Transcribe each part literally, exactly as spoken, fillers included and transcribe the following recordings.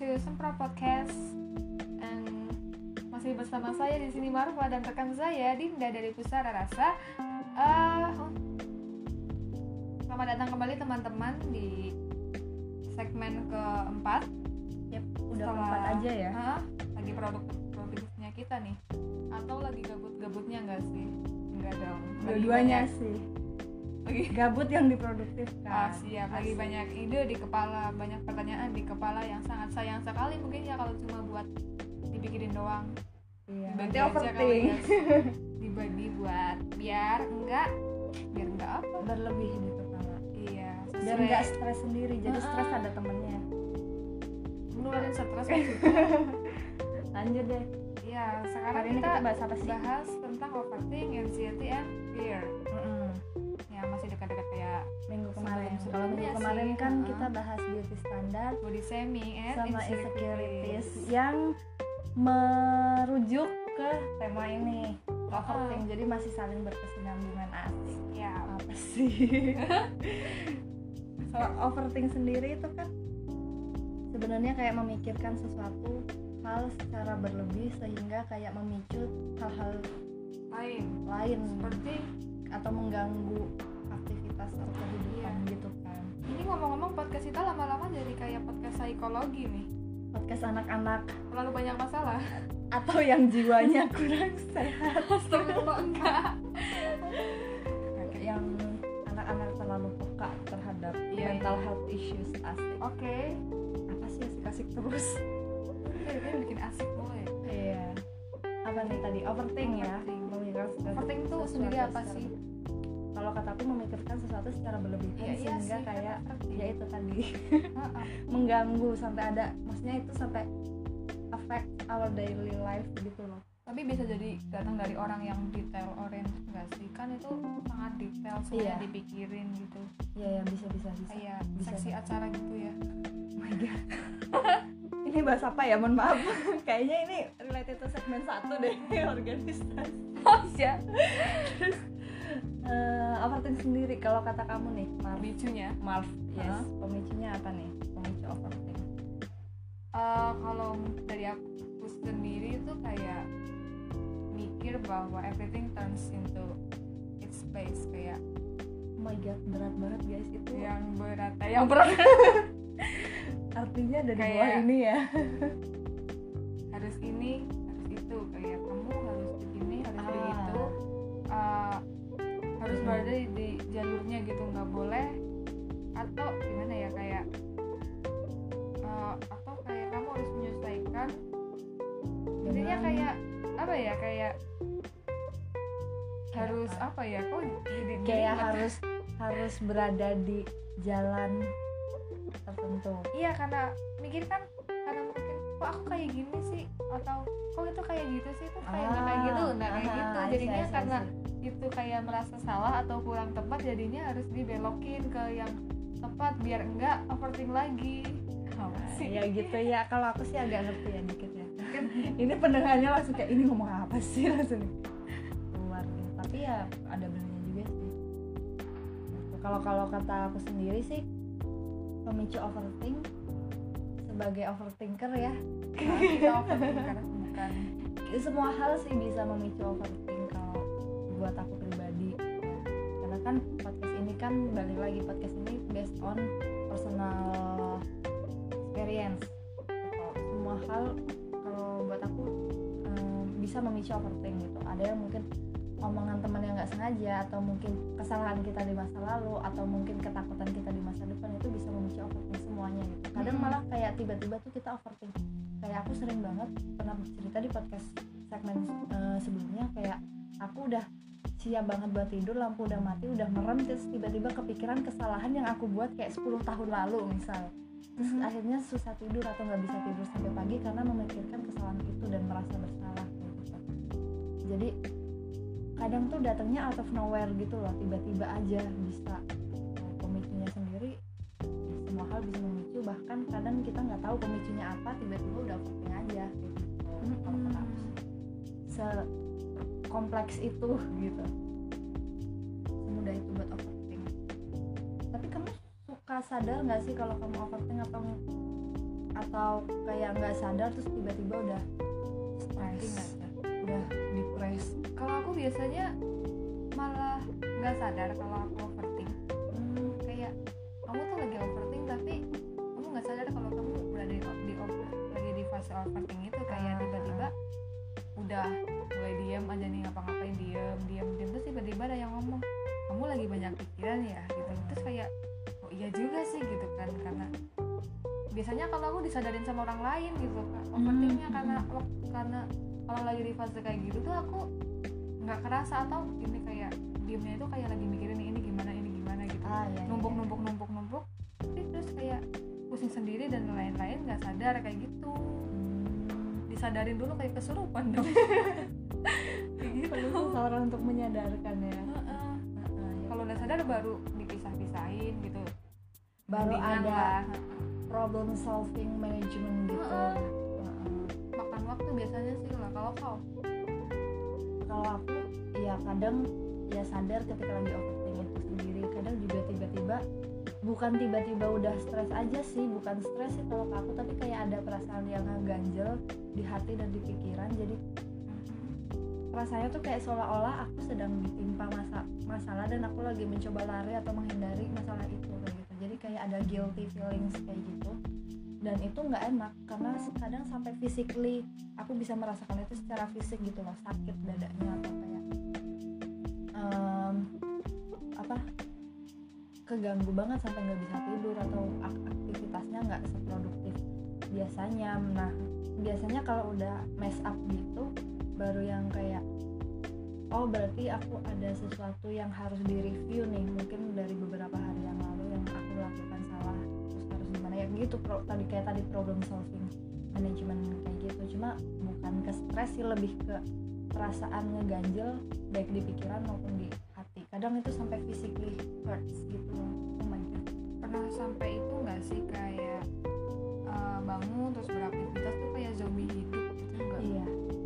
to Sempra Podcast. And masih bersama saya di sini Marfa dan rekan saya Dinda dari Pusara Rasa. Uh, selamat datang kembali teman-teman di segmen keempat. Yep, udah Setelah, keempat aja ya. Uh, lagi produktif-produktifnya kita nih. Atau lagi gabut-gabutnya enggak sih? Enggak dong. Dua-duanya sih. Lagi gabut yang diproduktifkan. Ah, siap. Lagi banyak ide di kepala, banyak pertanyaan di kepala yang sangat sayang sekali mungkin ya kalau cuma buat dipikirin doang. Iya. Dibagi Nanti aja overthink. kali ya. Dibagi buat biar enggak biar enggak apa? Berlebih di kepala. Iya. Biar sesuai- enggak stres sendiri. Jadi Uh-uh. stres ada temennya. Nularin stres gitu. Lanjut deh. Iya, sekarang Hari ini kita, kita bahas apa sih? bahas tentang overthink, anxiety, and fear. Mm-mm. Ya masih dekat-dekat kayak Minggu kemarin. Sebelum- Kalau minggu sebelumnya kemarin sih, kan uh-uh. kita bahas beauty standar body shaming and sama insecurities. insecurities yang merujuk ke tema ini. Overthink. Jadi masih saling berkesinambungan asik. Ya, Apa sih? Kalau overthink sendiri itu kan sebenarnya kayak memikirkan sesuatu hal secara berlebih sehingga kayak memicu hal-hal lain lain seperti atau mengganggu aktivitas atau kehidupan Iya. gitu kan. ini ngomong-ngomong podcast kita lama-lama jadi kayak podcast psikologi nih. Podcast anak-anak Terlalu banyak masalah. atau yang jiwanya kurang sehat. Astagfirullah, enggak. Kayak yang anak-anak terlalu peka terhadap Iya, mental iya. health issues. Asik. Oke. Apa sih asik-asik terus? Ini bikin asik boleh. Iya. Apa nih tadi? Overthink ya. Overthink. Memikirkan sesuatu- Overthink tuh sesuatu sendiri apa secara- sih? Kalau kataku memikirkan sesuatu secara berlebihan Iya, iya sehingga sih, kayak overthink. ya itu tadi Heeh. mengganggu sampai ada, maksudnya itu sampai affect our daily life gitu loh. Tapi bisa jadi datang dari orang yang detail oriented enggak sih? Kan itu sangat detail semuanya Iya. dipikirin gitu. Iya ya, bisa bisa bisa. Kayak Bisa. seksi acara gitu ya. Oh my god. Ini bahas apa ya? Mohon maaf. Kayaknya ini related to segmen satu deh, organisasi. Oh iya. Uh, overthink sendiri kalau kata kamu nih, Marv. Bicunya. Marv, yes. Hah? Pemicunya apa nih? Pemicu overthink. Uh, kalau dari aku sendiri itu kayak mikir bahwa everything turns into its place, kayak Oh my god, berat banget guys itu. yang berat, eh, yang berat Artinya dari Kayak- bawah ini ya. harus ini, harus itu, kayak kamu harus begini, harus Ah. begitu, uh, harus Hmm. berada di, di jalurnya gitu, nggak boleh, atau gimana ya, kayak uh, atau kayak kamu harus menyesuaikan. Intinya Dengan- kayak apa ya, kayak harus apa ya, kok jadi kayak jadi- harus harus berada di jalan tertentu. iya, karena mikir kan, karena mungkin kok aku kayak gini sih, atau kok itu kayak gitu sih, itu kayak nggak kayak gitu, nah kayak Ah, gitu I see, jadinya I see, I karena see. itu kayak merasa salah atau kurang tepat, jadinya harus dibelokin ke yang tepat biar enggak overthink lagi. Apa sih? Ya gitu ya, kalau aku sih agak ngerti ya dikit ya. Ini pendengarnya langsung kayak ini ngomong apa sih langsung keluar gitu. Tapi ya ada benernya juga sih. Gitu. Kalau kalau kata aku sendiri sih pemicu overthink sebagai overthinker ya. Nah, kita overthinker bukan. Semua hal sih bisa memicu overthink kalau buat aku pribadi. Karena kan podcast ini kan balik lagi podcast ini based on personal experience. Gitu. Semua hal kalau buat aku um, bisa memicu overthink gitu. Ada yang mungkin omongan teman yang nggak sengaja, atau mungkin kesalahan kita di masa lalu, atau mungkin ketakutan kita di masa depan, itu bisa memicu overthink semuanya gitu. Kadang Hmm. malah kayak tiba-tiba tuh kita overthink. Kayak aku sering banget pernah cerita di podcast segmen uh, sebelumnya, kayak aku udah siap banget buat tidur, lampu udah mati, udah merem, terus tiba-tiba kepikiran kesalahan yang aku buat kayak sepuluh tahun lalu misal. Terus Mhm. akhirnya susah tidur atau nggak bisa tidur sampai pagi karena memikirkan kesalahan itu dan merasa bersalah kayak gitu. Jadi kadang tuh datangnya out of nowhere gitu loh, tiba-tiba aja bisa. Nah, pemicunya sendiri semua hal bisa memicu, bahkan kadang kita nggak tahu pemicunya apa, tiba-tiba udah overthink aja kayak gitu. Kalau kata aku sih, sekompleks itu gitu, semudah itu buat overthink. Tapi kamu suka sadar nggak sih kalau kamu overthink, atau atau kayak nggak sadar terus tiba-tiba udah stres, udah depres? Kalau aku biasanya malah nggak sadar kalau aku overthink. hmm, kayak kamu tuh lagi overthink tapi kamu nggak sadar kalau kamu berada di, di over, lagi di fase overthink itu. Kayak tiba-tiba udah mulai diam aja nih, ngapa-ngapain diam diam diam terus tiba-tiba ada yang ngomong kamu lagi banyak pikiran ya gitu. Terus kayak oh iya juga sih gitu kan, karena biasanya kalau aku disadarin sama orang lain gitu kan overthinknya, hmm. karena karena kalau lagi di fase kayak gitu tuh aku nggak kerasa, atau ini kayak diemnya itu kayak lagi mikirin ini gimana ini gimana gitu, ah, iya, numpuk iya. numpuk numpuk numpuk terus kayak pusing sendiri dan lain-lain, nggak sadar kayak gitu. Disadarin dulu kayak kesurupan dong. Gitu. Perlu seseorang untuk menyadarkan ya. Uh-uh. Uh-uh, ya. Kalau udah sadar baru dipisah-pisahin gitu, Baru mendingan ada lah. problem solving management gitu. Uh-uh. Uh-uh. Makan waktu biasanya sih lah. Kalau kau Kalau aku ya kadang ya sadar ketika lagi overthink itu sendiri, kadang juga tiba-tiba, bukan tiba-tiba udah stres aja sih, bukan stres sih kalau ke aku, tapi kayak ada perasaan yang ganjel di hati dan di pikiran. Jadi rasanya tuh kayak seolah-olah aku sedang ditimpa masa masalah dan aku lagi mencoba lari atau menghindari masalah itu kayak gitu. Jadi kayak ada guilty feelings kayak gitu, dan itu nggak enak karena kadang sampai physically aku bisa merasakan itu secara fisik gitu loh, sakit dadanya atau kayak um, apa keganggu banget sampai nggak bisa tidur atau aktivitasnya nggak seproduktif biasanya. Nah biasanya kalau udah mess up gitu baru yang kayak oh berarti aku ada sesuatu yang harus direview nih, mungkin dari beberapa hari yang lalu yang aku lakukan salah, terus harus gimana ya gitu. Pro, tadi kayak tadi problem solving management kayak gitu, cuma bukan ke stres sih, lebih ke perasaan ngeganjel baik di pikiran maupun di hati. Kadang itu sampai physically hurts gitu. Oh my god, pernah sampai itu nggak sih kayak uh, bangun terus beraktivitas tuh kayak zombie hidup gitu nggak? Iya,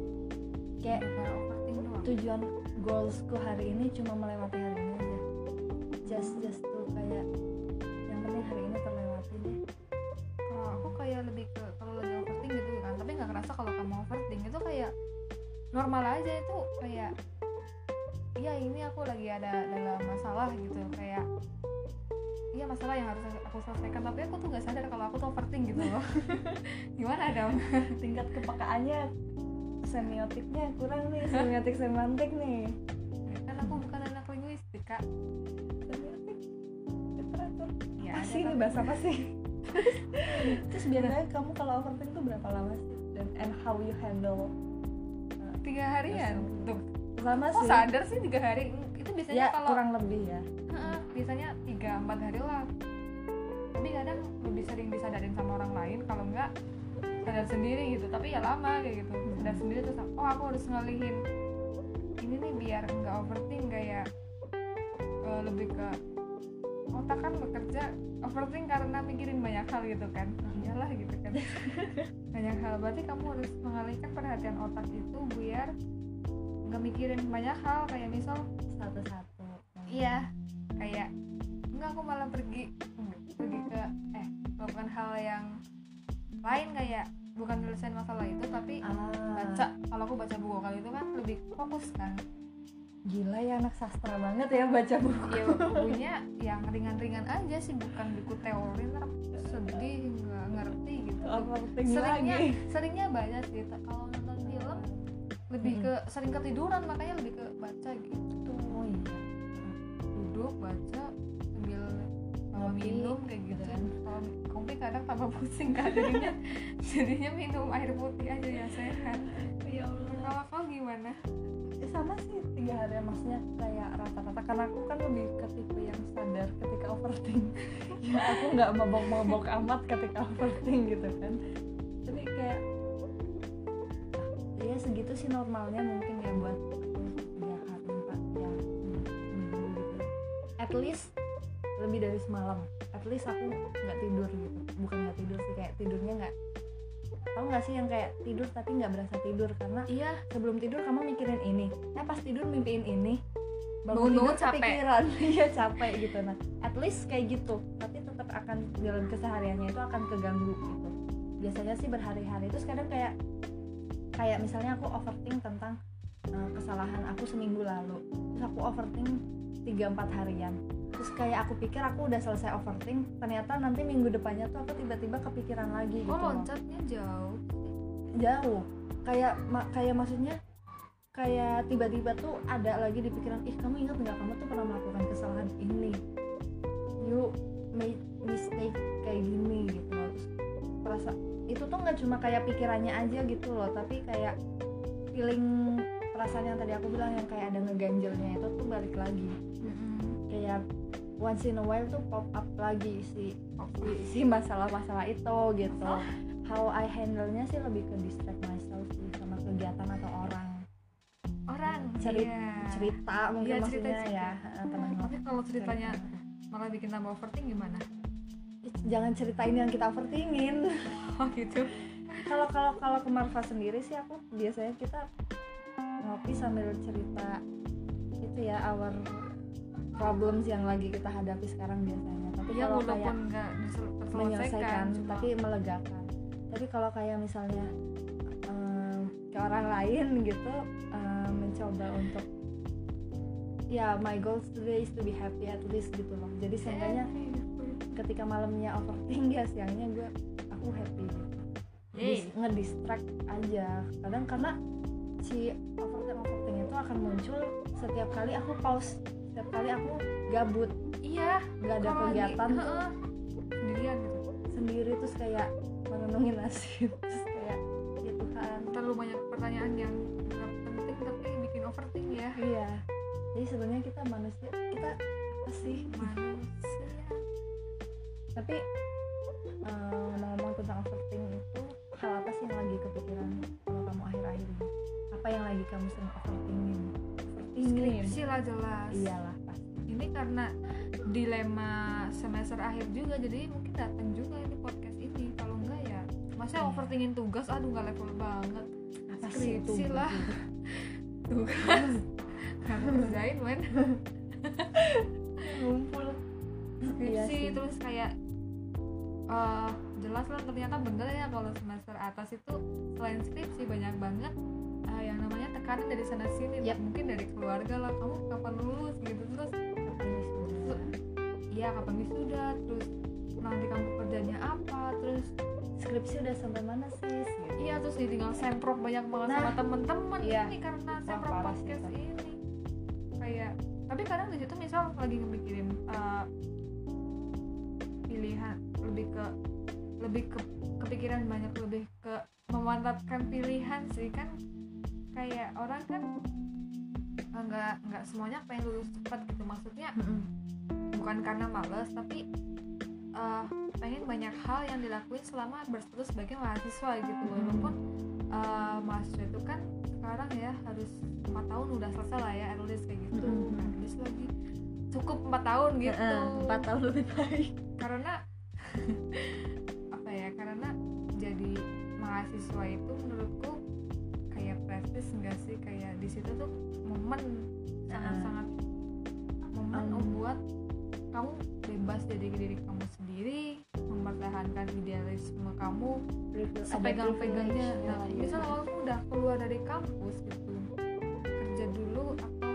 kayak Karena overthink doang. tujuan goalsku hari ini cuma melewati hari ini aja, just just tuh kayak yang penting hari ini terlewati deh. Kalau aku kayak lebih ke kalau lagi overthink gitu kan, tapi nggak kerasa kalau kamu overthink itu kayak normal aja, itu kayak iya ini aku lagi ada dalam masalah gitu, kayak iya masalah yang harus aku selesaikan, tapi aku tuh nggak sadar kalau aku tuh overthink gitu loh. Gimana dong? Tingkat kepekaannya, semiotiknya kurang nih, semiotik semantik nih. Kan aku bukan anak linguistik kak. Semiotik literatur Ya, apa ada sih ini tapi- bahasa apa sih? Terus biasanya kamu kalau overthink tuh berapa lama sih, dan and how you handle? tiga harian tuh. Lama Kok sih sadar sih tiga hari? Itu biasanya ya, kalau kurang lebih ya. Heeh, biasanya tiga empat hari lah. Tapi kadang lebih sering disadarin sama orang lain, kalau enggak sadar sendiri gitu. Tapi ya lama kayak gitu. Sadar sendiri terus oh aku harus ngalihin ini nih biar enggak overthink, kayak uh, lebih ke otak kan bekerja overthink karena mikirin banyak hal gitu kan. Iyalah gitu kan. Banyak hal, berarti kamu harus mengalihkan perhatian otak itu biar nggak mikirin banyak hal, kayak misal Satu-satu. iya kayak enggak aku malah pergi pergi ke eh melakukan hal yang lain, kayak bukan nyelesain masalah itu tapi Ah, baca. Kalau aku baca buku kali itu kan lebih fokus kan. gila ya, anak sastra banget ya baca buku. Iya bukunya yang ringan-ringan aja sih, bukan buku teori ntar sedih nggak ngerti gitu. Overthink Seringnya lagi. seringnya banyak sih. Kalau nonton film lebih ke sering ketiduran, makanya lebih ke baca gitu. Oh iya. Duduk baca sambil uh, Ngopi, minum kayak gitu. gitu kan. Kalau kopi kadang tambah pusing kan, jadinya jadinya minum air putih aja ya sehat. Ya Allah. Kalau kau gimana? Eh, sama sih tiga hari, maksudnya kayak rata-rata, karena aku kan lebih ke tipe yang sadar ketika overthink. Ya aku nggak mabok-mabok amat ketika overthink gitu kan. Tapi kayak ya segitu sih normalnya mungkin ya buat aku, tiga hari empat ya seminggu gitu. At least lebih dari semalam. At least aku nggak tidur gitu. Bukan nggak tidur sih, kayak tidurnya nggak, tau nggak sih yang kayak tidur tapi nggak berasa tidur, karena Iya, sebelum tidur kamu mikirin ini, eh pas tidur mimpiin ini, Bangun-bangun tidur capek. kepikiran. Iya capek gitu. Nah at least kayak gitu, tapi tetap akan jalan kesehariannya itu akan keganggu gitu. biasanya sih berhari-hari. Terus kadang kayak kayak misalnya aku overthink tentang uh, kesalahan aku seminggu lalu, terus aku overthink tiga sampai empat harian, terus kayak aku pikir aku udah selesai overthink, ternyata nanti minggu depannya tuh aku tiba-tiba kepikiran lagi gitu. Oh loncatnya jauh Jauh, kayak ma- kayak maksudnya kayak tiba-tiba tuh ada lagi di pikiran, ih kamu ingat nggak kamu tuh pernah melakukan kesalahan ini, you made mistake kayak gini gitu loh. Terus perasa itu tuh nggak cuma kayak pikirannya aja gitu loh, tapi kayak feeling perasaan yang tadi aku bilang yang kayak ada ngeganjelnya itu tuh balik lagi. mm-hmm. Kayak once in a while tuh pop up lagi si si, si masalah-masalah itu gitu. Oh. How I handle-nya sih lebih ke distract myself sih sama kegiatan atau orang. Orang Ceri- iya. cerita mungkin Iya, maksudnya cerita, ya. Tenang. Tapi kalau ceritanya malah bikin tambah overthink gimana? Jangan ceritain yang kita overthinkin. Oh gitu. Kalau kalau kalau ke Marva sendiri sih aku biasanya kita ngopi sambil cerita itu ya our problems yang lagi kita hadapi sekarang biasanya. Tapi Ya kalau kayak walaupun nggak terselesaikan, menyelesaikan cuma tapi melegakan. Tapi kalau kayak misalnya um, ke orang lain gitu um, mencoba untuk ya my goals today is to be happy at least gitu loh. Jadi seenggaknya ketika malamnya overthink ya siangnya gue aku happy gitu. Dis- ngedistract aja. Kadang karena si overthink overthink itu akan muncul setiap kali aku pause, setiap kali aku gabut, iya nggak ada kalau kegiatan lagi, tuh uh-uh, sendirian gitu. sendiri terus kayak merenungi nasib terus kayak ya Tuhan. Terlalu banyak pertanyaan yang nggak penting tapi bikin overthink ya. Iya. Jadi sebenarnya kita manusia, kita apa sih? Manusia. Tapi um, ngomong-ngomong tentang overthink itu, hal apa sih yang lagi kepikiran kalau kamu akhir-akhir ini? Apa yang lagi kamu sering overthinkin? Overthinkin? Skripsi lah jelas. Iyalah pasti. Ini karena dilema semester akhir juga, jadi mungkin datang juga ini podcast ini. Kalau enggak ya masa Iya. overthinkin tugas, aduh nggak level banget. Apa sih itu? Skripsi lah. Tugas nggak kerjain men. Ngumpul. Skripsi Iya sih. terus kayak uh, jelas lah ternyata bener ya kalau semester atas itu selain skripsi banyak banget uh, yang namanya tekanan dari sana sini. Yap. Mungkin dari keluarga lah, kamu kapan lulus gitu, terus iya kapan wisuda, terus nanti kamu kerjanya apa, terus Skripsi udah sampai mana sih? Gitu. iya terus ditinggal semprot banyak banget Nah, sama temen-temen iya. ini karena Wah, semprot parah sih, podcast Kak. ini kayak. Tapi kadang di situ misal lagi ngepikirin uh, pilihan lebih ke lebih ke kepikiran banyak lebih ke memantapkan pilihan sih kan. Kayak orang kan uh, nggak nggak semuanya pengen lulus cepat gitu, maksudnya bukan karena malas tapi uh, pengen banyak hal yang dilakuin selama berstatus sebagai mahasiswa gitu. Walaupun uh, mahasiswa itu kan sekarang ya harus empat tahun udah selesai lah ya at least kayak gitu. Mm-hmm. At least lagi cukup empat tahun gitu. empat tahun lebih baik. Karena apa ya, karena jadi mahasiswa itu menurutku kayak prestis enggak sih, kayak di situ tuh momen sangat-sangat momen Um. membuat kamu bebas jadi diri kamu sendiri, mempertahankan idealisme kamu sepegang-pegangnya. Nah, misal kalau kamu udah keluar dari kampus gitu, kerja dulu atau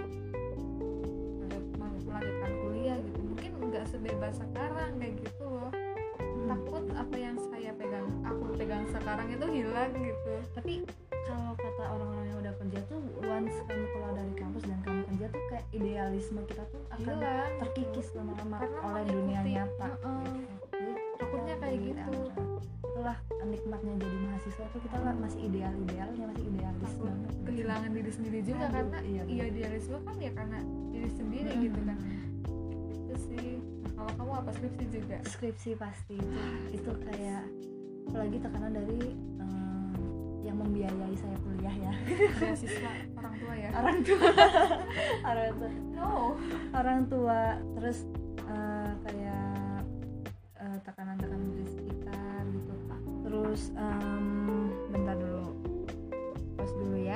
melanjutkan kuliah gitu, mungkin nggak sebebas sekarang kayak gitu loh. Takut apa yang saya pegang, aku pegang sekarang itu hilang gitu. Tapi kalau kata orang-orang yang udah kerja tuh once kamu keluar dari kampus dan kamu kerja tuh kayak idealisme kita tuh akan Hilang. terkikis lama-lama Karena oleh mengikuti, dunia nyata uh-uh. gitu. Jadi Takutnya kayak kita gitu. akan- itulah nikmatnya jadi mahasiswa tuh kita lah masih ideal-idealnya, masih idealis Takut banget. kehilangan diri sendiri juga. Aduh, Karena iya, iya idealisme kan ya karena diri sendiri Hmm. gitu kan. Itu sih. Nah, kalau kamu apa, skripsi juga? Skripsi pasti itu itu kayak apalagi tekanan dari um, yang membiayai saya kuliah ya. Beasiswa orang tua ya. Orang tua orang tua No. orang tua terus uh, kayak uh, tekanan-tekanan dari sekitar gitu. Terus um, bentar dulu pause dulu ya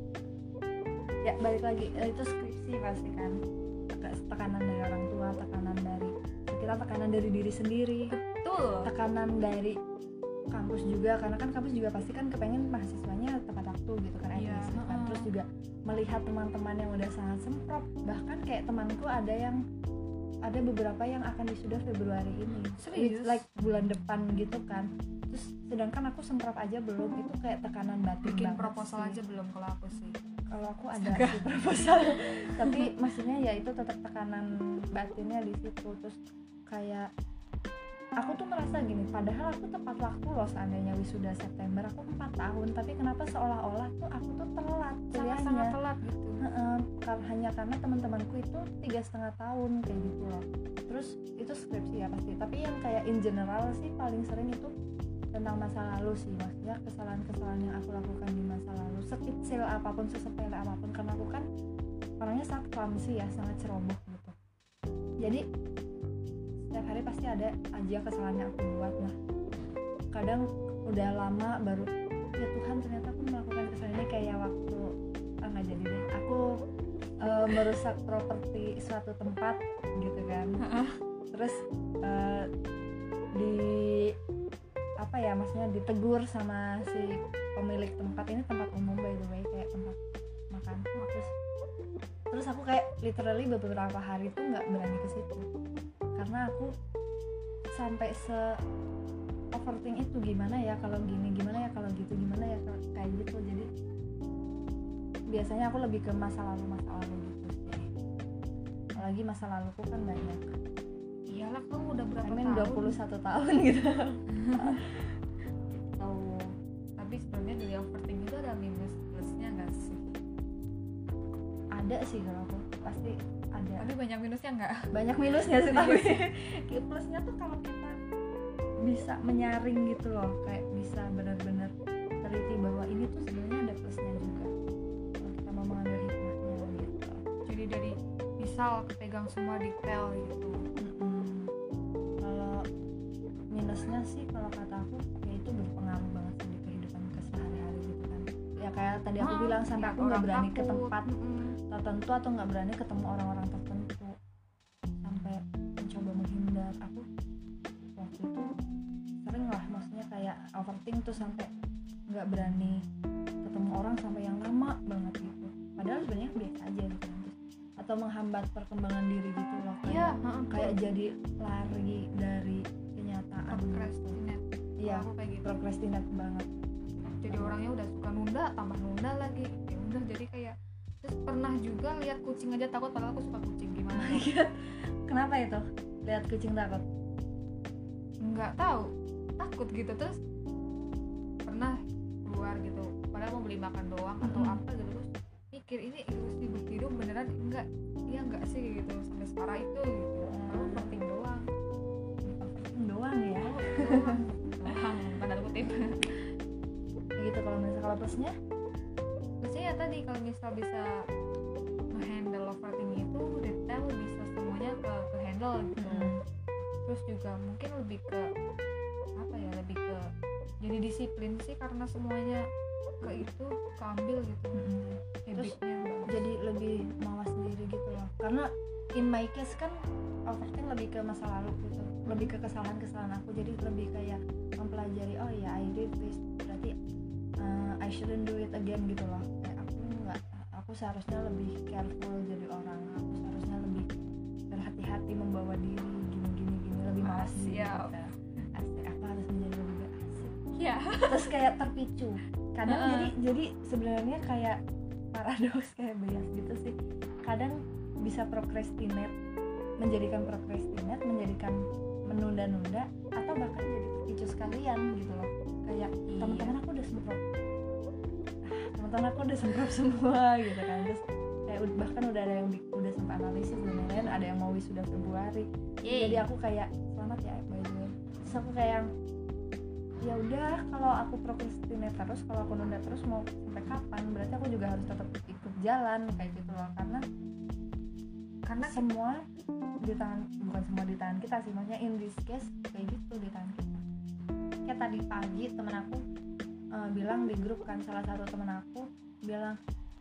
ya balik lagi. Uh, itu skripsi pasti kan. Teka- tekanan dari orang tua, tekanan dari kita, tekanan dari diri sendiri, Betul. tekanan dari kampus juga, karena kan kampus juga pasti kan kepengen mahasiswanya tepat waktu gitu kan, Iya, at least, gitu kan. heeh. Terus juga melihat teman-teman yang udah sangat semprot, bahkan kayak temanku ada yang ada beberapa yang akan wisuda Februari ini, Serius? It's like bulan depan gitu kan. Terus sedangkan aku semprot aja belum, itu kayak tekanan batin Bikin banget proposal sih. aja belum kalau aku sih. Kalau aku ada sih proposal, tapi maksudnya ya itu tetap tekanan batinnya di situ. Terus kayak aku tuh merasa gini, padahal aku tepat waktu loh seandainya wisuda September, aku empat tahun, tapi kenapa seolah-olah tuh aku tuh telat Sangat-sangat kuliahnya. telat gitu. Heeh, kar- hanya karena teman-temanku itu tiga setengah tahun kayak gitu loh. Terus itu skripsi ya pasti, tapi yang kayak in general sih paling sering itu tentang masa lalu sih, maksudnya kesalahan-kesalahan yang aku lakukan di masa lalu, sekecil apapun, sesepele apapun, karena aku kan orangnya sangat clumsy ya, sangat ceroboh gitu. Jadi setiap hari pasti ada aja kesalahan yang aku buat. Nah kadang udah lama baru, ya Tuhan ternyata aku melakukan kesalahan ini, kayak waktu ah nggak jadi deh, aku uh, merusak properti suatu tempat gitu kan. Terus uh, di apa ya, maksudnya ditegur sama si pemilik tempat, ini tempat umum by the way, kayak tempat makan. Terus terus aku kayak literally beberapa hari tuh nggak berani ke situ karena aku sampai se overthink itu, gimana ya kalau gini, gimana ya kalau gitu, gimana ya kalau kayak gitu. Jadi biasanya aku lebih ke masa lalu masa lalu gitu sih, apalagi masa laluku kan banyak. Iyalah, kamu udah berapa I mean tahun? dua puluh satu tahun gitu. Oh, tapi sebenarnya dari overthink itu ada minus plusnya nggak sih? Ada sih kalau aku pasti ada. Tapi banyak minusnya nggak? Banyak minusnya sih tapi kayak plusnya tuh kalau kita bisa menyaring gitu loh, kayak bisa benar-benar teliti bahwa ini tuh sebenarnya ada plusnya juga kalau kita mau mengambil hikmahnya gitu. Jadi dari misal kepegang semua detail gitu. Mm-mm. Kalau minusnya sih kalau kata aku ya itu berpengaruh banget sih di kehidupan kesehari-hari gitu kan. Ya kayak tadi aku Ah, bilang, sampai lihat aku nggak orang berani ke takut. tempat Mm-mm. tertentu atau nggak berani ketemu orang-orang tertentu, sampai mencoba menghindar. Aku waktu itu sering lah, maksudnya kayak overthink tuh sampai nggak berani ketemu orang sampai yang lama banget gitu, padahal sebenarnya biasa aja gitu. Atau menghambat perkembangan diri gitu loh, Iya, kayak, heeh, kayak jadi lari dari kenyataan. procrastinate. Iya, Kalau aku kayak gitu. procrastinate banget. Jadi orangnya udah suka nunda, tambah nunda lagi. Ya udah, jadi kayak terus pernah juga lihat kucing aja takut, padahal aku suka kucing. Gimana? Kenapa itu lihat kucing takut? Nggak tahu, takut gitu. Terus pernah keluar gitu, padahal mau beli makan doang atau Mm-mm. apa gitu, terus mikir ini ilusi hidup beneran enggak, iya enggak sih gitu, sampai separah itu gitu. Kalau overthink doang, Overthink doang ya. doang, doang, tanda kutip. Gitu. Kalau misalnya kalau plusnya Maksudnya ya tadi kalau misal bisa nge-handle overthinking itu detail, bisa semuanya ke ke handle gitu. Mm-mm. Terus juga mungkin lebih ke apa ya, lebih ke jadi disiplin sih, karena semuanya ke itu keambil gitu. Mm-mm. Terus Habitnya bagus. jadi lebih mawas diri gitu loh, karena in my case kan overthink lebih ke masa lalu gitu, lebih ke kesalahan-kesalahan aku, jadi lebih kayak mempelajari, oh ya I did this, berarti uh, I shouldn't do it again gitu loh. Kayak aku nggak, aku seharusnya lebih careful jadi orang, aku seharusnya lebih berhati-hati membawa diri gini-gini gini, lebih Ah, mawas diri siap. gitu. Asik, aku harus menjadi lebih asik. Iya. Terus kayak terpicu kadang. Uh-uh. jadi jadi sebenarnya kayak paradoks, kayak bias gitu sih, kadang bisa procrastinate, menjadikan procrastinate menjadikan menunda-nunda, atau bahkan jadi terpicu sekalian gitu loh. Kayak Iya. teman-teman aku udah semprot, ah, teman-teman aku udah semprot semua gitu kan. Terus kayak ud- bahkan udah ada yang bi- udah sampai analisis dan lain-lain, ada yang mau wisuda Februari. Yeay. Jadi aku kayak selamat ya by the way. Terus aku kayak ya udah, kalau aku procrastinate terus, kalau aku nunda terus, mau sampai kapan? Berarti aku juga harus tetap ikut jalan kayak gitu loh, karena Karena semua di tangan, bukan semua di tangan kita sih, maksudnya in this case kayak gitu di tangan kita. Kayak tadi pagi temen aku uh, bilang di grup kan, salah satu temen aku bilang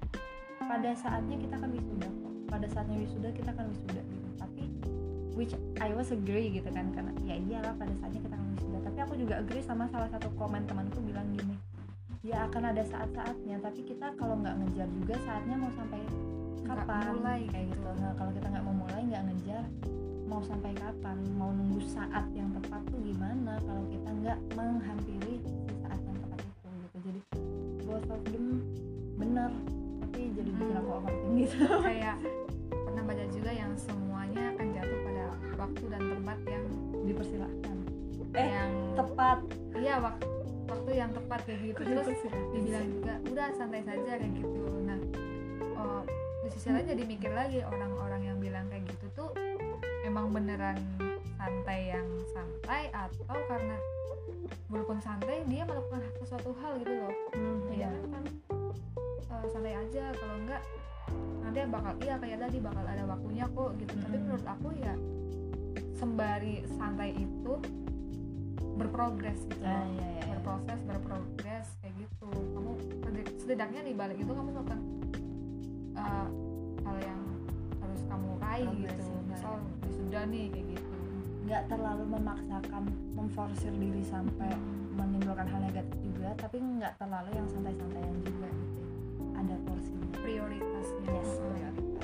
pada saatnya kita akan wisuda kok, pada saatnya wisuda kita akan wisuda gitu. Tapi which I was agree gitu kan, karena ya iyalah pada saatnya kita akan wisuda, tapi aku juga agree sama salah satu komen temanku bilang gini, ya akan ada saat-saatnya, tapi kita kalau nggak ngejar juga saatnya mau sampai Nggak kapan mulai kayak gitu. gitu. Nah, kalau kita nggak mau mulai, nggak ngejar, mau sampai kapan, mau nunggu saat yang tepat tuh gimana kalau kita nggak menghampiri si saat yang tepat itu gitu. Jadi both of them bener, tapi jadi bikin Hmm. aku overthinking gitu. Kayak pernah baca juga yang semuanya akan jatuh pada waktu dan tempat yang Dipersilahkan eh yang tepat. iya waktu waktu yang tepat kayak gitu. Terus dibilang juga udah santai saja kayak gitu. Nah, oh, di sisi lain jadi mikir lagi, orang-orang yang bilang kayak gitu tuh emang beneran santai yang santai atau karena walaupun santai dia melakukan sesuatu hal gitu loh. Hmm, Iya iya. kan, eh, santai aja, kalau enggak nanti bakal iya kayak tadi bakal ada waktunya kok gitu. Tapi Mm-mm. menurut aku ya sembari santai itu berprogres gitu Ah, loh. iya, iya, iya. Berproses, berprogres kayak gitu. Kamu setidaknya di balik itu kamu melakukan uh, hal yang harus kamu raih Progres, gitu. iya. Misal sudah nih kayak gitu. Nggak terlalu memaksakan, memforsir diri sampai menimbulkan hal negatif juga, tapi nggak terlalu yang santai-santaian juga gitu. Ada porsinya. Prioritasnya. Yes, Heeh. prioritas.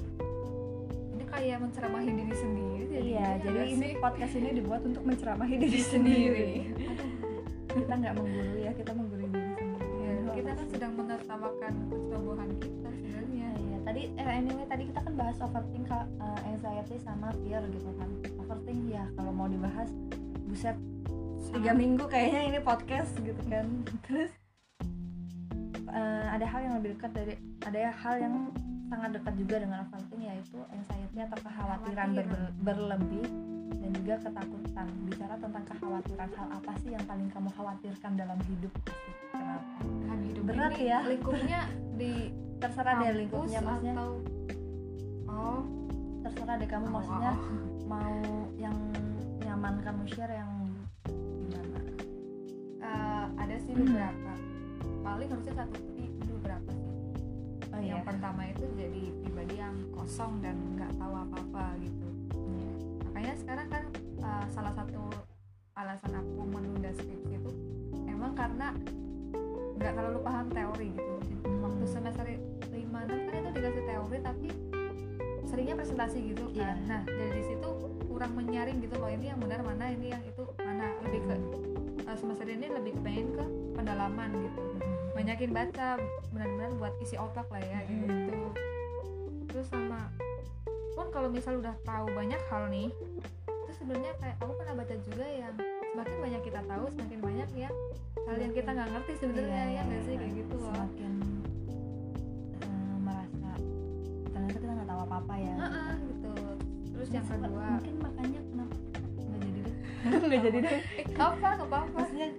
Ini kayak menceramahi diri sendiri. Iya, jadi nggak ini sih? podcast ini dibuat untuk menceramahi diri sendiri. Kita nggak menggurui ya, kita menggurui diri sendiri. Iya, kita kan sedang menertawakan kecerobohan kita sebenarnya. Nah, iya. Tadi eh, anyway tadi kita kan bahas overthink, uh, anxiety sama fear gitu kan. Overthink ya kalau mau dibahas buset tiga minggu kayaknya ini podcast gitu kan. Terus uh, ada hal yang lebih dekat dari ada hal yang sangat dekat juga dengan overthink, yaitu anxiety atau kekhawatiran Khawatir. ber- berlebih dan juga ketakutan. Bicara tentang kekhawatiran, hal apa sih yang paling kamu khawatirkan dalam hidup? Kenapa? Kan hidup Berat ini ya. lingkupnya di Terserah deh kampus lingkupnya, maksudnya atau oh terserah deh kamu, oh, maksudnya oh, oh. mau yang nyaman kamu share yang gimana? Eh, ada sih beberapa, paling harusnya satu tapi beberapa sih. Oh iya. Yang pertama itu jadi pribadi yang kosong dan nggak tahu apa-apa gitu. Iya. Makanya sekarang kan eh, salah satu alasan aku menunda skripsi itu emang karena nggak terlalu paham teori gitu. Waktu semester lima enam kan itu dikasih teori tapi seringnya presentasi gitu kan. Iya. Nah dari situ kurang menyaring gitu loh, ini yang benar mana, ini yang itu mana. Lebih ke eh, semester ini lebih kepengen ke pendalaman gitu, banyakin baca, benar-benar buat isi otak lah ya Hmm. gitu. Terus sama pun kalau misal udah tahu banyak hal nih, terus sebenarnya kayak aku pernah baca juga yang semakin banyak kita tahu semakin banyak ya hal yang kita nggak ngerti sebenarnya, Iya, ya nggak sih iya. kayak gitu loh. Semakin eh, merasa ternyata kita nggak tahu apa-apa ya. Heeh, gitu. Terus yang Mas- kedua mungkin makanya kenapa nggak jadi deh nggak jadi deh eh, apa nggak apa-apa. maksudnya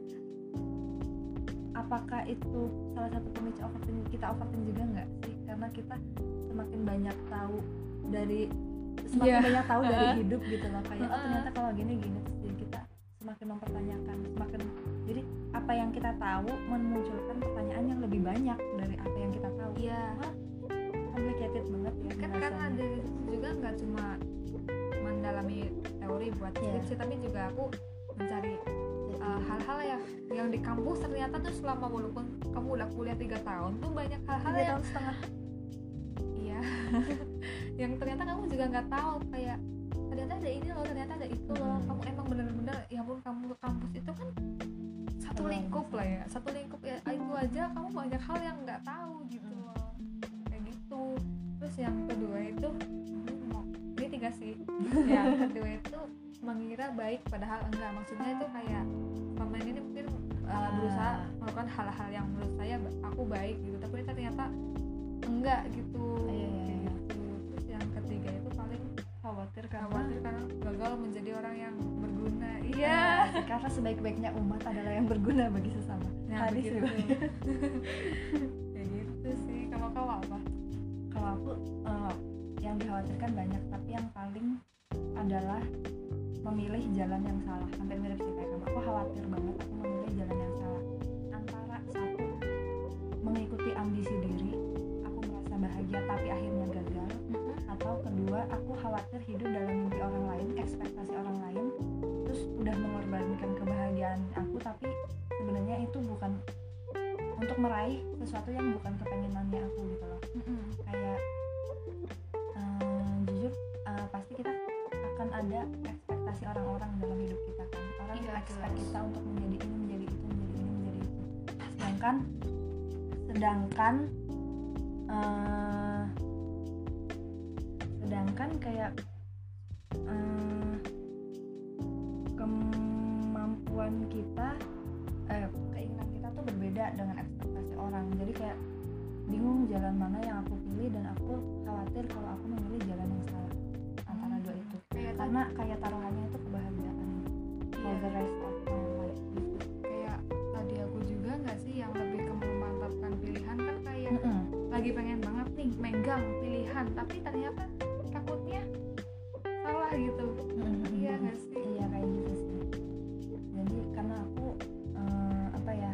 apakah itu salah satu pemicu overthink, kita overthink juga nggak sih, karena kita semakin banyak tahu dari semakin Iya. banyak tahu dari Heeh. hidup gitu loh, kayak oh Heeh. ternyata kalau gini gini, terus jadi kita semakin mempertanyakan, semakin jadi apa yang kita tahu memunculkan pertanyaan yang lebih banyak dari apa yang kita tahu. Iya, Complicated banget ya kan karena pembahasannya. dari situ juga nggak cuma mendalami teori buat Iya. skripsi, tapi juga aku mencari uh, hal-hal yang yang di kampus ternyata tuh selama walaupun kamu udah kuliah tiga tahun tuh banyak hal-hal tiga yang tahun setengah iya yang ternyata kamu juga nggak tahu, kayak ternyata ada ini loh, ternyata ada itu loh. Hmm. Kamu emang bener-bener ya ampun, kamu ke kampus itu kan satu Luar lingkup biasa. lah ya, satu lingkup ya itu aja kamu banyak hal yang nggak tahu gitu loh, kayak gitu. Terus yang kedua itu ini mau ini tiga sih yang kedua itu mengira baik padahal enggak, maksudnya itu kayak pemain ini mungkin uh, Ah. berusaha melakukan hal-hal yang menurut saya aku baik gitu, tapi ternyata enggak gitu. Iya, iya, Kayak iya. gitu. Terus yang ketiga itu paling khawatir karena khawatir karena gagal menjadi orang yang berguna. Iya, Iya. karena sebaik-baiknya umat adalah yang berguna bagi sesama. Nah, Hadis begitu. riwayat. Kayak gitu sih. Kalau kau apa? Kalau aku eh, yang dikhawatirkan banyak, tapi yang paling adalah memilih jalan yang salah. Hampir mirip sih kayak kamu. Aku khawatir banget aku memilih jalan yang salah. Antara satu, mengikuti ambisi diri, aku merasa bahagia tapi akhirnya gagal. Atau kedua, aku khawatir hidup dalam mimpi orang lain, ekspektasi orang lain, terus udah udah mengorbankan kebahagiaan aku, tapi sebenarnya itu bukan untuk meraih sesuatu yang bukan kepengenannya aku gitu loh. Mm-mm. Kayak um, jujur uh, pasti kita akan ada ekspektasi orang-orang dalam hidup kita kan. Orang Iya, expect jelas. kita untuk menjadi ini, menjadi itu, menjadi ini, menjadi itu. Sedangkan sedangkan uh, sedangkan kayak uh, kemampuan kita, eh, keinginan kita tuh berbeda dengan ekspektasi orang. Jadi kayak bingung jalan mana yang aku pilih, dan aku khawatir kalau aku memilih jalan yang salah antara dua itu. Kayak Karena kayak taruhannya itu kebahagiaan for Iya. the rest of my life gitu. kayak tadi aku juga nggak sih yang lebih ke memantapkan pilihan kan, kayak Mm-mm. lagi pengen banget nih megang pilihan tapi ternyata takutnya salah gitu. Mm-mm. Iya nggak sih? Iya kayak gitu sih. Jadi karena aku eh, apa ya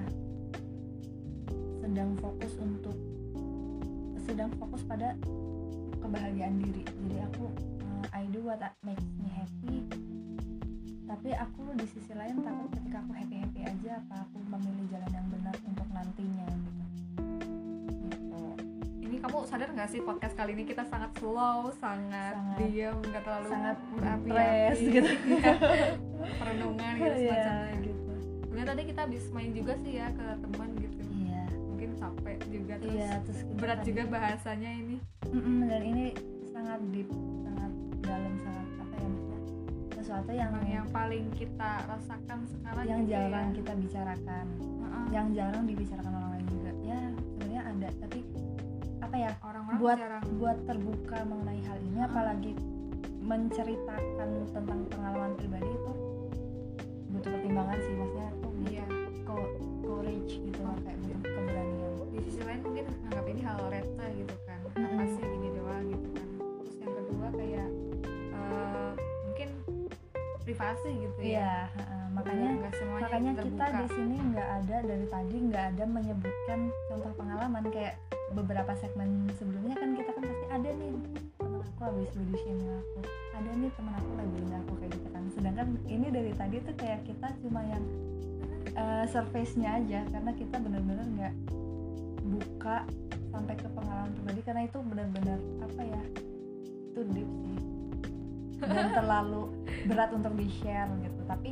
sedang fokus untuk sedang fokus pada kebahagiaan diri. Jadi aku eh, I do what makes me happy. Tapi aku di sisi lain takut ketika aku happy happy aja, apa aku memilih jalan yang benar untuk nantinya gitu. Gitu. Ini kamu sadar nggak sih podcast kali ini kita sangat slow, sangat, Sangat- diam, nggak terlalu sangat berapi-api. stres gitu. Iya. Perenungan gitu Iya semacamnya. gitu. Kemudian tadi kita habis main juga sih ya ke teman gitu. Iya. Mungkin capek juga, terus Iya, terus kita berat tadi- juga bahasanya ini. Mm-mm, dan ini sangat deep, sangat dalam, sangat apa ya maksudnya, sesuatu yang Emang yang paling kita rasakan sekarang yang gitu jarang ya. kita bicarakan, Heeh. yang jarang dibicarakan orang lain juga. Ya sebenarnya ada, tapi apa ya, Orang-orang buat jarang. buat terbuka mengenai hal ini, Hmm. apalagi menceritakan tentang pengalaman pribadi itu butuh pertimbangan sih, maksudnya itu butuh Iya. co- courage gitu loh, kayak butuh keberanian. Di sisi lain mungkin anggap ini hal receh gitu kan, apa Mm-mm. sih gini doang gitu kan. Terus yang kedua kayak eh, mungkin privasi gitu Iya, ya. ha-ha. makanya Nggak semuanya makanya kita terbuka. di sini nggak ada, dari tadi nggak ada menyebutkan contoh pengalaman. Kayak beberapa segmen sebelumnya kan kita kan pasti ada nih teman aku habis body shaming aku, ada nih teman aku labeling aku kayak gitu kan. Sedangkan ini dari tadi tuh kayak kita cuma yang uh, surface-nya aja, karena kita benar-benar nggak buka sampai ke pengalaman pribadi, karena itu benar-benar apa ya, itu deep sih dan terlalu berat untuk di share gitu. Tapi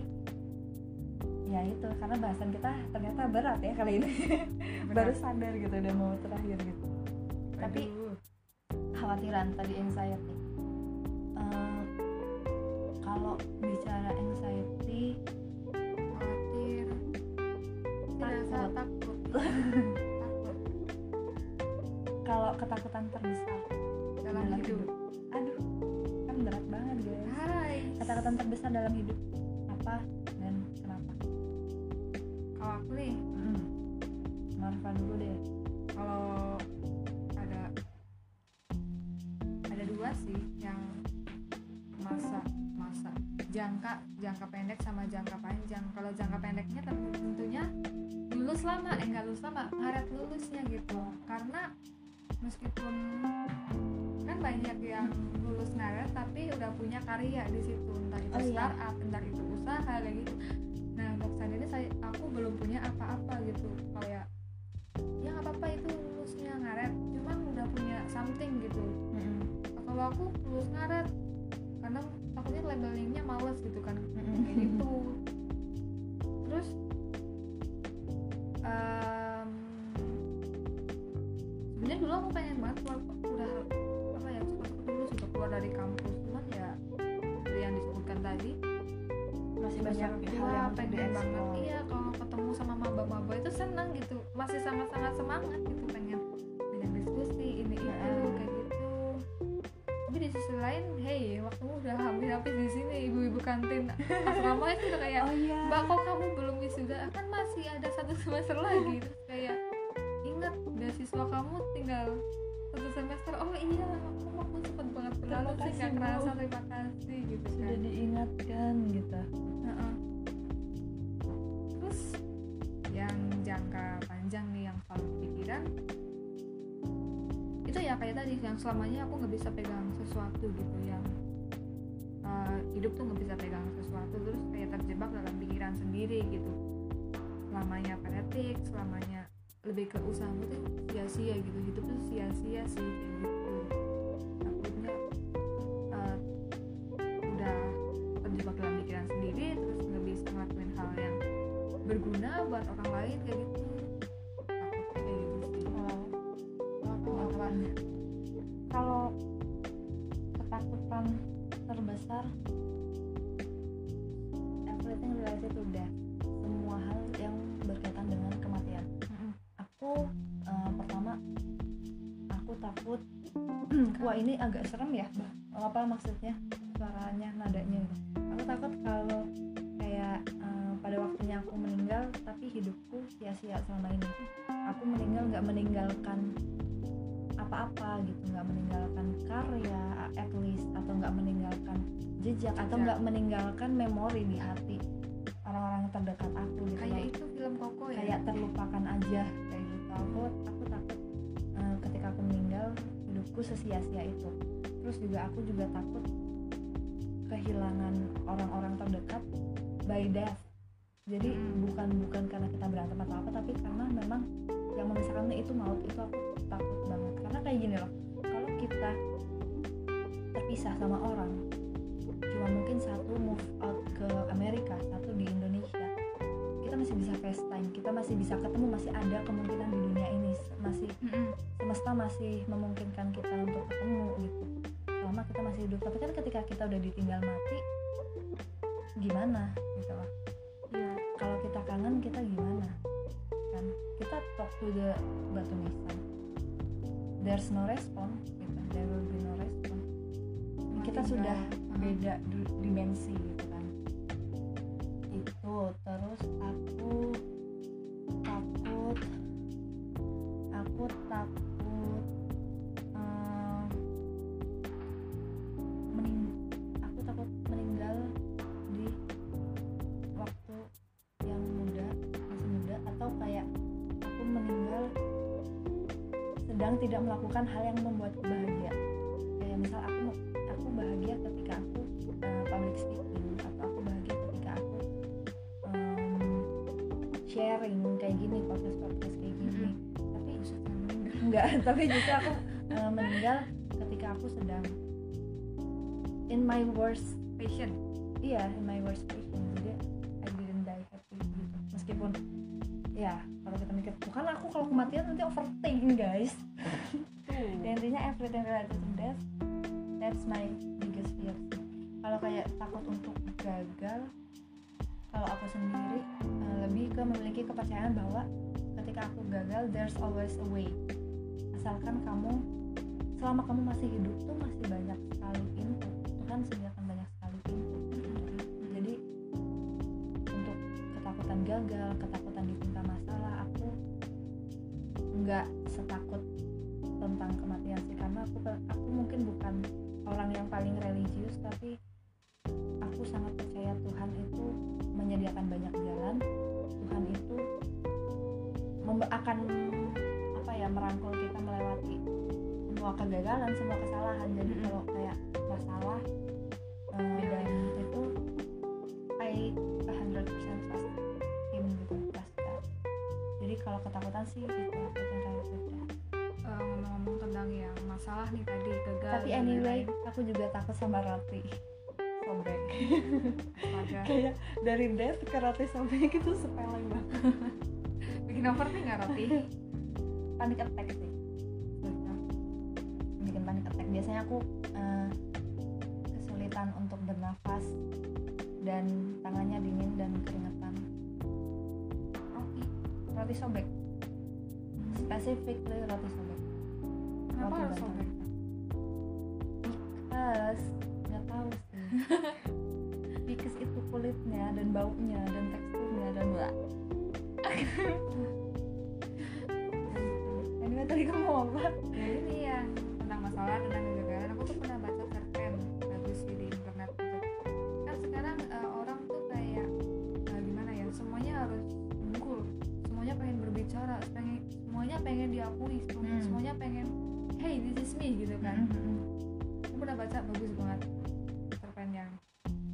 ya itu karena bahasan kita ternyata berat ya kali ini. Baru sadar gitu udah mau terakhir gitu. Tapi Aduh. khawatiran tadi, anxiety. Eh, kalau bicara anxiety, Khawatir, rasa Takut. takut takut kalau ketakutan terbesar dalam hidup. aduh kan berat banget guys. Hai, Ketakutan terbesar dalam hidup apa dan kenapa? kalau aku nih, Hmm. Marfa dulu deh. kalau ada ada dua sih, yang masa masa jangka jangka pendek sama jangka panjang. Kalau jangka pendeknya ten- tentunya lulus lama, eh nggak lulus lama, ngaret lulusnya gitu. Karena meskipun kan banyak yang lulus ngaret tapi udah punya karya di situ, entah itu Oh, iya. startup, entah itu usaha kayak gitu. Nah untuk saat ini saya aku belum punya apa-apa gitu, kayak ya nggak apa-apa itu lulusnya ngaret, cuman udah punya something gitu. Mm-mm. Kalau aku lulus ngaret karena takutnya labelingnya males gitu kan, Mm-mm. kayak gitu. Terus em, sebenarnya dulu aku pengen banget keluar, udah apa ya, cepet-cepet dulu sudah keluar dari kampus, cuman ya seperti yang disebutkan tadi, Masih banyak orang hal tua yang untuk pengen banget. dieksplor. Iya, kalau ketemu sama maba-maba itu senang gitu, masih sangat-sangat semangat gitu, pengen banyak diskusi ini itu Heeh. kayak gitu. Tapi di sisi lain, hey, waktumu udah habis-habis di sini, ibu-ibu kantin asrama itu udah kayak, Oh iya. mbak kok kamu belum wisuda, kan masih ada satu semester lagi. Terus kayak ingat beasiswa kamu tinggal satu semester. Oh iya, aku waktu cepet banget berlalu Terima sih, kasih, gak Bu. kerasa, terima kasih gitu Sudah kan. diingatkan gitu. Heeh. Terus yang jangka panjang nih yang selalu pikiran itu ya kayak tadi, yang selamanya aku nggak bisa pegang sesuatu gitu, yang uh, hidup tuh nggak bisa pegang sesuatu terus kayak terjebak dalam pikiran sendiri gitu, selamanya fanatik, selamanya lebih ke usahamu tuh sia-sia gitu, hidup tuh sia-sia sih kayak gitu. Takutnya uh, udah terjebak dalam pikiran sendiri terus nggak bisa ngelakuin hal yang berguna buat orang lain kayak gitu. Takutnya kayak gitu sih. Wow. Apa? Kalau ketakutan terbesar everything related to death, semua hal yang berkaitan dengan kematian. Mm-mm. Aku uh, pertama aku takut wah ini agak serem ya, apa maksudnya suaranya, nadanya. Aku takut kalau kayak uh, pada waktunya aku meninggal tapi hidupku sia-sia selama ini. Aku meninggal nggak meninggalkan apa-apa gitu, nggak meninggalkan karya at least, atau nggak meninggalkan jejak, atau Jejak. nggak meninggalkan memori di hati orang-orang terdekat aku gitu. Kayak loh. itu film Koko ya. Kayak terlupakan aja kayak gitu. Aku aku takut uh, ketika aku meninggal hidupku sesia-sia itu. Terus juga aku juga takut kehilangan orang-orang terdekat by death. Jadi Hmm. bukan bukan karena kita berantem atau apa, tapi karena memang yang memisahkan itu maut. Itu aku takut banget. Karena kayak gini loh, kalau kita terpisah sama orang, cuma mungkin satu move out ke Amerika, satu di Indonesia, kita masih bisa FaceTime, kita masih bisa ketemu, masih ada kemungkinan di dunia ini, masih Mm-mm. semesta masih memungkinkan kita untuk ketemu gitu selama kita masih hidup. Tapi kan ketika kita udah ditinggal mati, gimana gitu loh. Iya. Kalau kita kangen, kita gimana kan? Kita talk to the batu nisan, there's no response gitu. There will be no response. Kita Tinggal. sudah Uh-huh. beda d- dimensi gitu kan. Itu terus aku takut aku takut eh, mening aku takut meninggal di waktu yang muda, masih muda, atau kayak aku meninggal sedang tidak melakukan hal yang membuatku bahagia. Kayak misal aku aku bahagia ketika aku uh, public speaking, atau aku bahagia ketika aku um, sharing kayak gini, podcast podcast kayak gini. Tapi enggak, tapi justru aku uh, meninggal ketika aku sedang in my worst Passion. iya in my worst passion. Jadi I didn't die happy gitu. Meskipun ya kalau kita mikir bukan aku kalau kematian nanti overthinking guys. Dan intinya everything related to death, that's my biggest fear. Kalau kayak takut untuk gagal, kalau aku sendiri uh, lebih ke memiliki kepercayaan bahwa ketika aku gagal there's always a way. Asalkan kamu selama kamu masih hidup tuh masih banyak sekali pintu, Tuhan sediakan banyak sekali pintu. Jadi untuk ketakutan gagal, ketakutan ditimpa masalah, aku nggak setakut tentang kematian sih, karena aku aku mungkin bukan orang yang paling religius, tapi aku sangat percaya Tuhan itu menyediakan banyak jalan. Tuhan itu memba- akan apa ya merangkul kita melewati semua kegagalan, semua kesalahan. Jadi Mm-hmm. kalau kayak masalah eh, dan itu I one hundred percent trust him gitu, trust God. Jadi kalau ketakutan sih itu ketakutan kayak gitu. Uh, ngomong-ngomong tentang yang masalah nih tadi gagal. Tapi dan anyway, lain-lain. aku juga takut sama Rati. Sobek. Astaga. Kayak dari death ke Rati sobek itu sepele banget. Bikin overthink nggak Roti? Panic attack sih. Bikin panic attack. Biasanya aku eh, kesulitan untuk bernafas dan tangannya dingin dan keringetan. Roti. Roti sobek. Specifically roti sobek. Kenapa Roti harus bantal. sobek? Because nggak tahu sih. Because itu kulitnya dan baunya dan teksturnya dan bla. Anyway tadi kamu mau apa? Ya ini yang tentang masalah tentang kegagalan. Aku tuh pernah baca cerpen bagus sih di internet gitu. Kan sekarang uh, orang tuh kayak uh, gimana ya? Semuanya harus unggul. Semuanya pengen berbicara. Pengen, semuanya pengen diakui. Semuanya, Hmm. semuanya pengen hey this is me gitu kan. Aku pernah baca bagus banget cerpen yang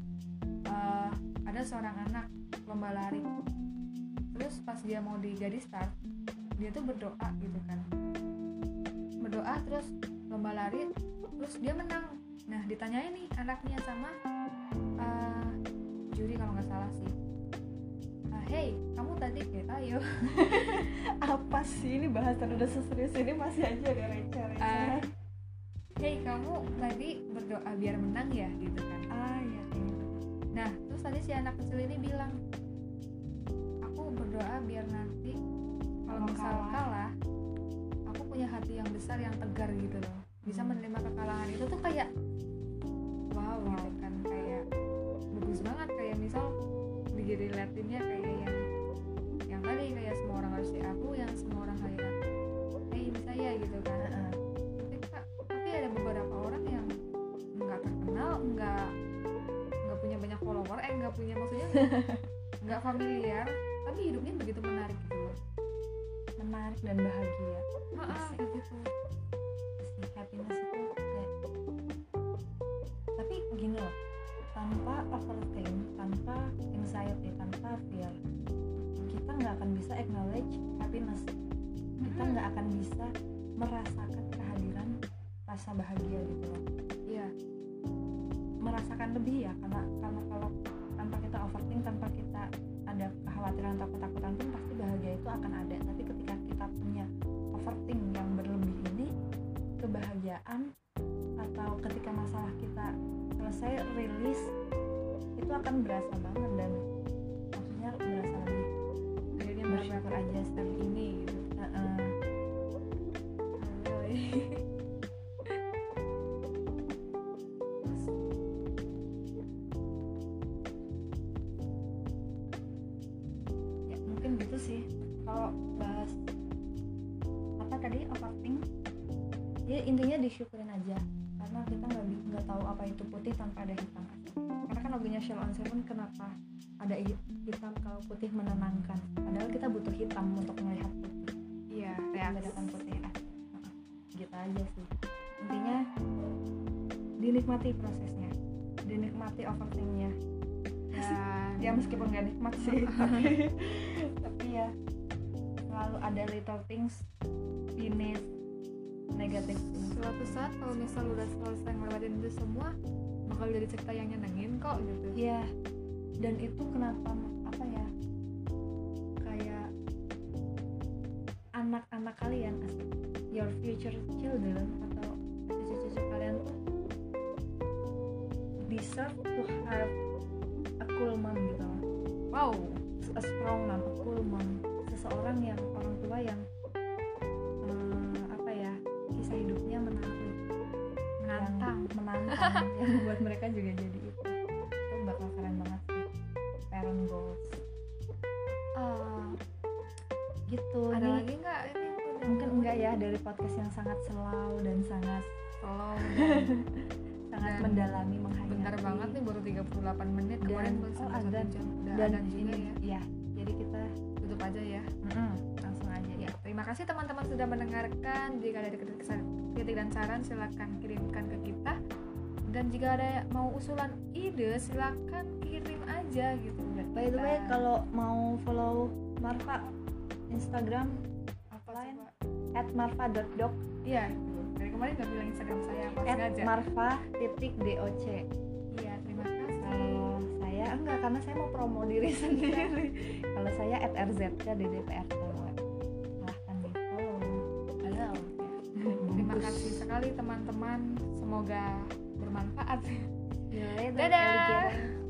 ada seorang anak lomba lari, terus pas dia mau di garis start dia tuh berdoa gitu kan, berdoa terus lomba lari terus dia menang. Nah ditanyain nih anaknya sama uh, juri kalau nggak salah sih, uh, hey kamu tadi kayak ayo Apa sih ini bahasan udah seserius ini masih aja ada receh-receh. uh, hey kamu tadi berdoa biar menang ya gitu kan. Ah ya kayak gitu. Nah terus tadi si anak kecil ini bilang, aku berdoa biar nanti kalau Kalau misal kalah. kalah aku punya hati yang besar yang tegar gitu loh, bisa Hmm. menerima kekalahan. Itu tuh kayak wow, Wow. gitu kan, kayak bagus banget. Kayak misal direlatinnya kayak yang yang tadi kayak semua orang harus diaku, yang semua orang kayak hey ini saya gitu kan. Heeh. tapi, ka- tapi ada beberapa orang yang nggak terkenal, nggak nggak punya banyak follower, eh nggak punya maksudnya nggak familiar, tapi hidupnya begitu menarik gitu loh. Menarik dan bahagia. Heeh, Asik. kayak gitu. Si happiness itu kayak, tapi gini loh, tanpa overthink, tanpa anxiety, tanpa fear, kita nggak akan bisa acknowledge happiness. Kita Mm-mm. nggak akan bisa merasakan kehadiran rasa bahagia gitu loh. Iya, Merasakan lebih ya, karena karena kalau tanpa kita overthink, tanpa kita ada kekhawatiran atau ketakutan pun pasti bahagia itu akan ada. Tapi ketika kita punya overthink yang berlebih ini, kebahagiaan atau ketika masalah kita selesai rilis itu akan berasa banget, dan maksudnya berasa lebih akhirnya bersyukur aja step ini gitu. Heeh. Ya mungkin gitu sih kalau bahas apa tadi, overthink ya, intinya disyukurin aja, karena kita nggak bi- nggak tahu apa itu putih tanpa ada hitam. Karena kan lagunya Sheila on Seven, kenapa ada hi- hitam kalau putih menenangkan, padahal kita butuh hitam untuk melihat putih, Iya, membedakan putih. Ah, heeh. Gitu aja sih intinya, dinikmati prosesnya, dinikmati overthinknya Dan ya, meskipun gak nikmat sih tapi tapi ya selalu ada little things beneath negative things. suatu saat kalau misal udah selesai ngelewatin itu semua bakal jadi cerita yang nyenengin kok gitu. Iya, dan itu kenapa apa ya, kayak anak-anak kalian, asik, your future children atau cucu-cucu kalian tuh deserve to have a cool mom gitu loh. Wow, A strong mom, a cool mom, seseorang yang orang tua yang eh, apa ya, kisah hidupnya menarik, menantang. yang menantang, yang membuat mereka juga jadi itu. Itu bakal keren banget sih, parent goals. Ah, Gitu. ada Ini lagi nggak ini? mungkin enggak ya, dari podcast yang sangat slow dan sangat Tolong. sangat Dan mendalami, menghayati. Bentar banget nih, baru tiga puluh delapan menit. Dan- Kemarin baru oh, sampai satu azan. jam. Udah Dan azan juga ini ya. ya, jadi kita Tutup aja ya. mm-mm, langsung aja ya. Terima kasih teman-teman sudah mendengarkan. Jika ada kritik kritik dan saran silakan kirimkan ke kita. Dan jika ada mau usulan ide silakan kirim aja gitu. By the way, Kita- kalau mau follow Marfa Instagram apa lain? coba? at marfa dot doc, Iya, itu. Dari kemarin nggak bilang Instagram saya apa at sengaja. marfa titik doc. Iya, terima kasih. Kalau saya enggak, karena saya mau promo diri sendiri. Kalau saya at rzk d d p r t w. Silahkan di follow. Halo. Terima kasih sekali teman-teman. Semoga bermanfaat. See you later, Dadah. alligator.